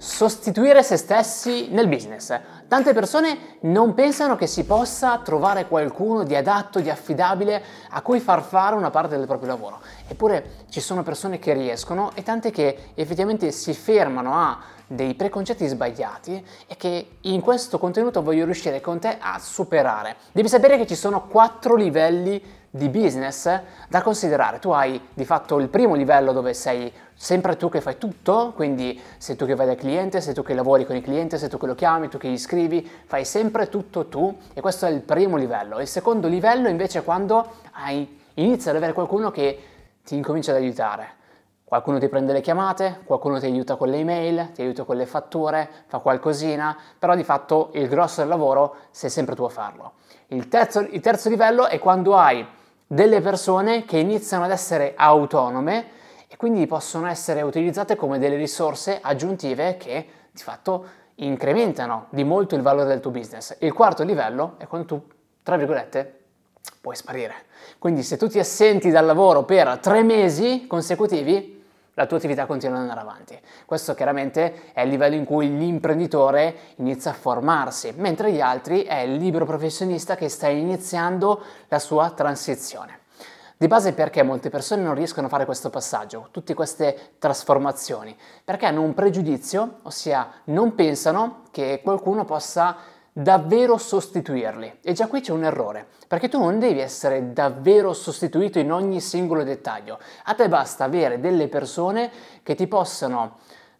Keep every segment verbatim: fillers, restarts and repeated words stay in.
sostituire se stessi nel business. Tante persone non pensano che si possa trovare qualcuno di adatto, di affidabile a cui far fare una parte del proprio lavoro. Eppure ci sono persone che riescono e tante che effettivamente si fermano a dei preconcetti sbagliati e che in questo contenuto voglio riuscire con te a superare. Devi sapere che ci sono quattro livelli di business da considerare. Tu hai di fatto il primo livello dove sei sempre tu che fai tutto, quindi sei tu che vai dal cliente, sei tu che lavori con il cliente, sei tu che lo chiami, tu che gli scrivi, fai sempre tutto tu e questo è il primo livello. Il secondo livello invece è quando hai, inizi ad avere qualcuno che ti incomincia ad aiutare. Qualcuno ti prende le chiamate, qualcuno ti aiuta con le email, ti aiuta con le fatture, fa qualcosina, però di fatto il grosso del lavoro sei sempre tu a farlo. Il terzo, il terzo livello è quando hai delle persone che iniziano ad essere autonome e quindi possono essere utilizzate come delle risorse aggiuntive che di fatto incrementano di molto il valore del tuo business. Il quarto livello è quando tu, tra virgolette, puoi sparire. Quindi se tu ti assenti dal lavoro per tre mesi consecutivi, la tua attività continua ad andare avanti. Questo chiaramente è il livello in cui l'imprenditore inizia a formarsi, mentre gli altri è il libero professionista che sta iniziando la sua transizione. Di base perché molte persone non riescono a fare questo passaggio, tutte queste trasformazioni? Perché hanno un pregiudizio, ossia non pensano che qualcuno possa davvero sostituirli. E già qui c'è un errore, perché tu non devi essere davvero sostituito in ogni singolo dettaglio. A te basta avere delle persone che ti possano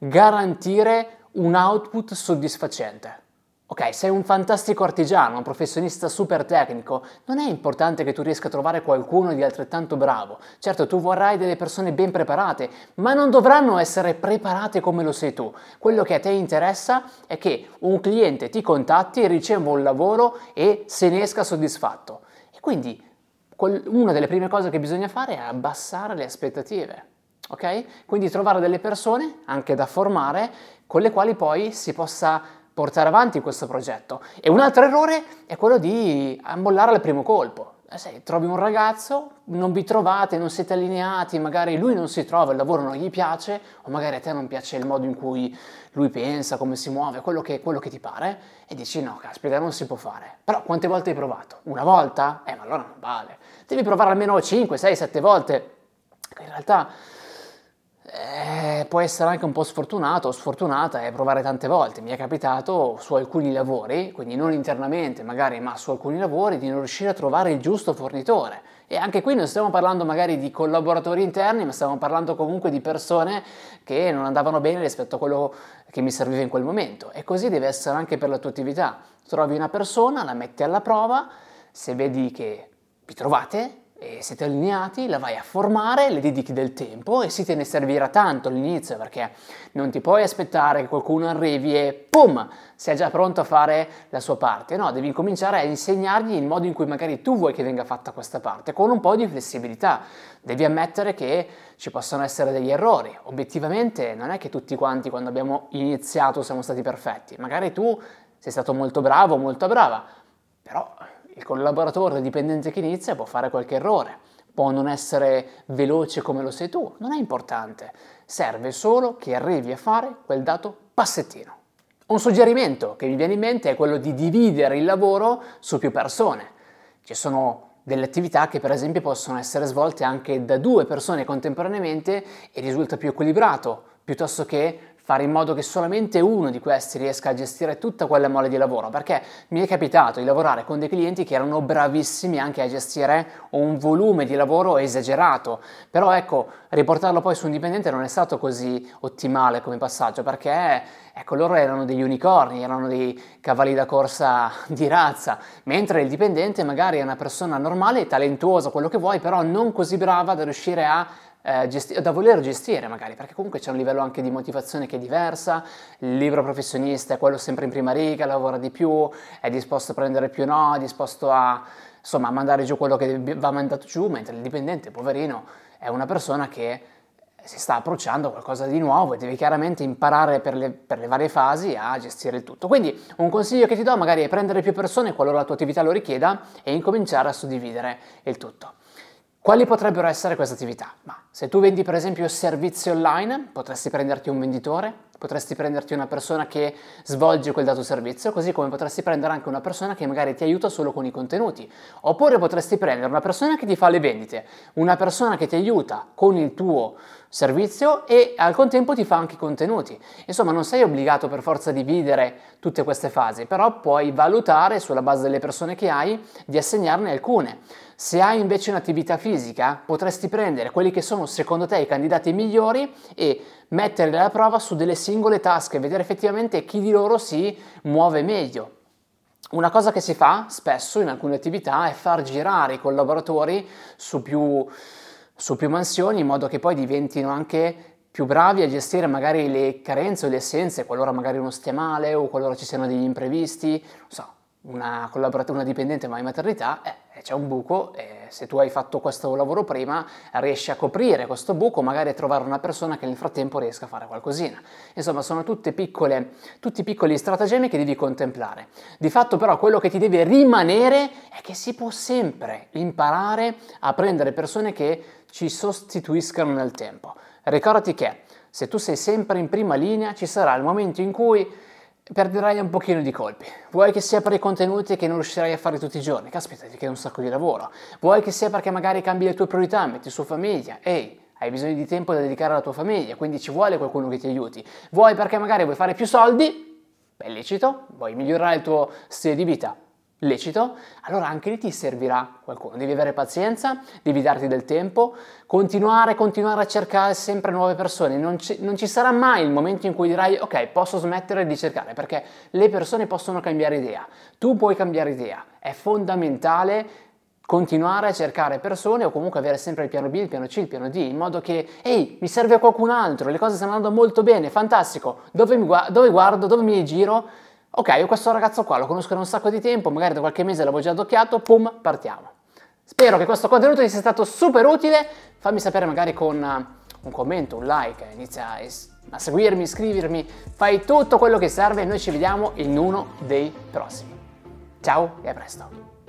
garantire un output soddisfacente. Ok, sei un fantastico artigiano, un professionista super tecnico, non è importante che tu riesca a trovare qualcuno di altrettanto bravo. Certo, tu vorrai delle persone ben preparate, ma non dovranno essere preparate come lo sei tu. Quello che a te interessa è che un cliente ti contatti, riceva un lavoro e se ne esca soddisfatto. E quindi una delle prime cose che bisogna fare è abbassare le aspettative. Ok? Quindi trovare delle persone, anche da formare, con le quali poi si possa portare avanti questo progetto. E un altro errore è quello di mollare al primo colpo. Se trovi un ragazzo, non vi trovate, non siete allineati, magari lui non si trova, il lavoro non gli piace, o magari a te non piace il modo in cui lui pensa, come si muove, quello che, quello che ti pare, e dici no, caspita, non si può fare. Però quante volte hai provato? Una volta? Eh, ma allora non vale. Devi provare almeno cinque, sei, sette volte. In realtà Eh, può essere anche un po' sfortunato o sfortunata e provare tante volte. Mi è capitato su alcuni lavori, quindi non internamente magari, ma su alcuni lavori, di non riuscire a trovare il giusto fornitore. E anche qui non stiamo parlando magari di collaboratori interni, ma stiamo parlando comunque di persone che non andavano bene rispetto a quello che mi serviva in quel momento. E così deve essere anche per la tua attività. Trovi una persona, la metti alla prova, se vedi che vi trovate e siete allineati, la vai a formare, le dedichi del tempo e sì, te ne servirà tanto all'inizio perché non ti puoi aspettare che qualcuno arrivi e pum, sia già pronto a fare la sua parte. No, devi cominciare a insegnargli il modo in cui magari tu vuoi che venga fatta questa parte, con un po' di flessibilità. Devi ammettere che ci possono essere degli errori. Obiettivamente non è che tutti quanti quando abbiamo iniziato siamo stati perfetti. Magari tu sei stato molto bravo, molto brava, però il collaboratore, il dipendente che inizia può fare qualche errore, può non essere veloce come lo sei tu, non è importante, serve solo che arrivi a fare quel dato passettino. Un suggerimento che mi viene in mente è quello di dividere il lavoro su più persone. Ci sono delle attività che per esempio possono essere svolte anche da due persone contemporaneamente e risulta più equilibrato, piuttosto che fare in modo che solamente uno di questi riesca a gestire tutta quella mole di lavoro, perché mi è capitato di lavorare con dei clienti che erano bravissimi anche a gestire un volume di lavoro esagerato, però ecco, riportarlo poi su un dipendente non è stato così ottimale come passaggio, perché ecco, loro erano degli unicorni, erano dei cavalli da corsa di razza, mentre il dipendente magari è una persona normale, talentuosa, quello che vuoi, però non così brava da riuscire a Eh, gesti- da voler gestire magari, perché comunque c'è un livello anche di motivazione che è diversa, il libero professionista è quello sempre in prima riga, lavora di più, è disposto a prendere più no, è disposto a, insomma, a mandare giù quello che va mandato giù, mentre il dipendente, poverino, è una persona che si sta approcciando a qualcosa di nuovo e devi chiaramente imparare per le, per le varie fasi a gestire il tutto. Quindi un consiglio che ti do magari è prendere più persone qualora la tua attività lo richieda e incominciare a suddividere il tutto. Quali potrebbero essere queste attività? Ma se tu vendi per esempio servizi online, potresti prenderti un venditore, Potresti prenderti una persona che svolge quel dato servizio, così come potresti prendere anche una persona che magari ti aiuta solo con i contenuti. Oppure potresti prendere una persona che ti fa le vendite, una persona che ti aiuta con il tuo servizio e al contempo ti fa anche i contenuti. Insomma, non sei obbligato per forza a dividere tutte queste fasi, però puoi valutare sulla base delle persone che hai di assegnarne alcune. Se hai invece un'attività fisica, potresti prendere quelli che sono secondo te i candidati migliori e metterli alla prova su delle singole task e vedere effettivamente chi di loro si muove meglio. Una cosa che si fa spesso in alcune attività è far girare i collaboratori su più, su più mansioni in modo che poi diventino anche più bravi a gestire magari le carenze o le assenze, qualora magari uno stia male o qualora ci siano degli imprevisti, non so. Una collaboratrice, una dipendente va in maternità, eh, c'è un buco e se tu hai fatto questo lavoro prima riesci a coprire questo buco, magari a trovare una persona che nel frattempo riesca a fare qualcosina. Insomma, sono tutte piccole, tutti piccoli stratagemmi che devi contemplare. Di fatto però quello che ti deve rimanere è che si può sempre imparare a prendere persone che ci sostituiscano nel tempo. Ricordati che se tu sei sempre in prima linea ci sarà il momento in cui perderai un pochino di colpi. Vuoi che sia per i contenuti che non riuscirai a fare tutti i giorni? Caspita, ti chiede un sacco di lavoro. Vuoi che sia perché magari cambi le tue priorità, metti su famiglia? Ehi, hai bisogno di tempo da dedicare alla tua famiglia, quindi ci vuole qualcuno che ti aiuti. Vuoi perché magari vuoi fare più soldi? Beh, lecito. Vuoi migliorare il tuo stile di vita? Lecito, allora anche lì ti servirà qualcuno, devi avere pazienza, devi darti del tempo, continuare, continuare a cercare sempre nuove persone, non ci, non ci sarà mai il momento in cui dirai ok, posso smettere di cercare, perché le persone possono cambiare idea, tu puoi cambiare idea, è fondamentale continuare a cercare persone o comunque avere sempre il piano B, il piano C, il piano D, in modo che, ehi, mi serve qualcun altro, le cose stanno andando molto bene, fantastico, dove, mi gu- dove guardo, dove mi giro? Ok, io questo ragazzo qua lo conosco da un sacco di tempo, magari da qualche mese l'avevo già adocchiato, pum, partiamo. Spero che questo contenuto ti sia stato super utile, fammi sapere magari con uh, un commento, un like, inizia a seguirmi, iscrivermi, fai tutto quello che serve e noi ci vediamo in uno dei prossimi. Ciao e a presto!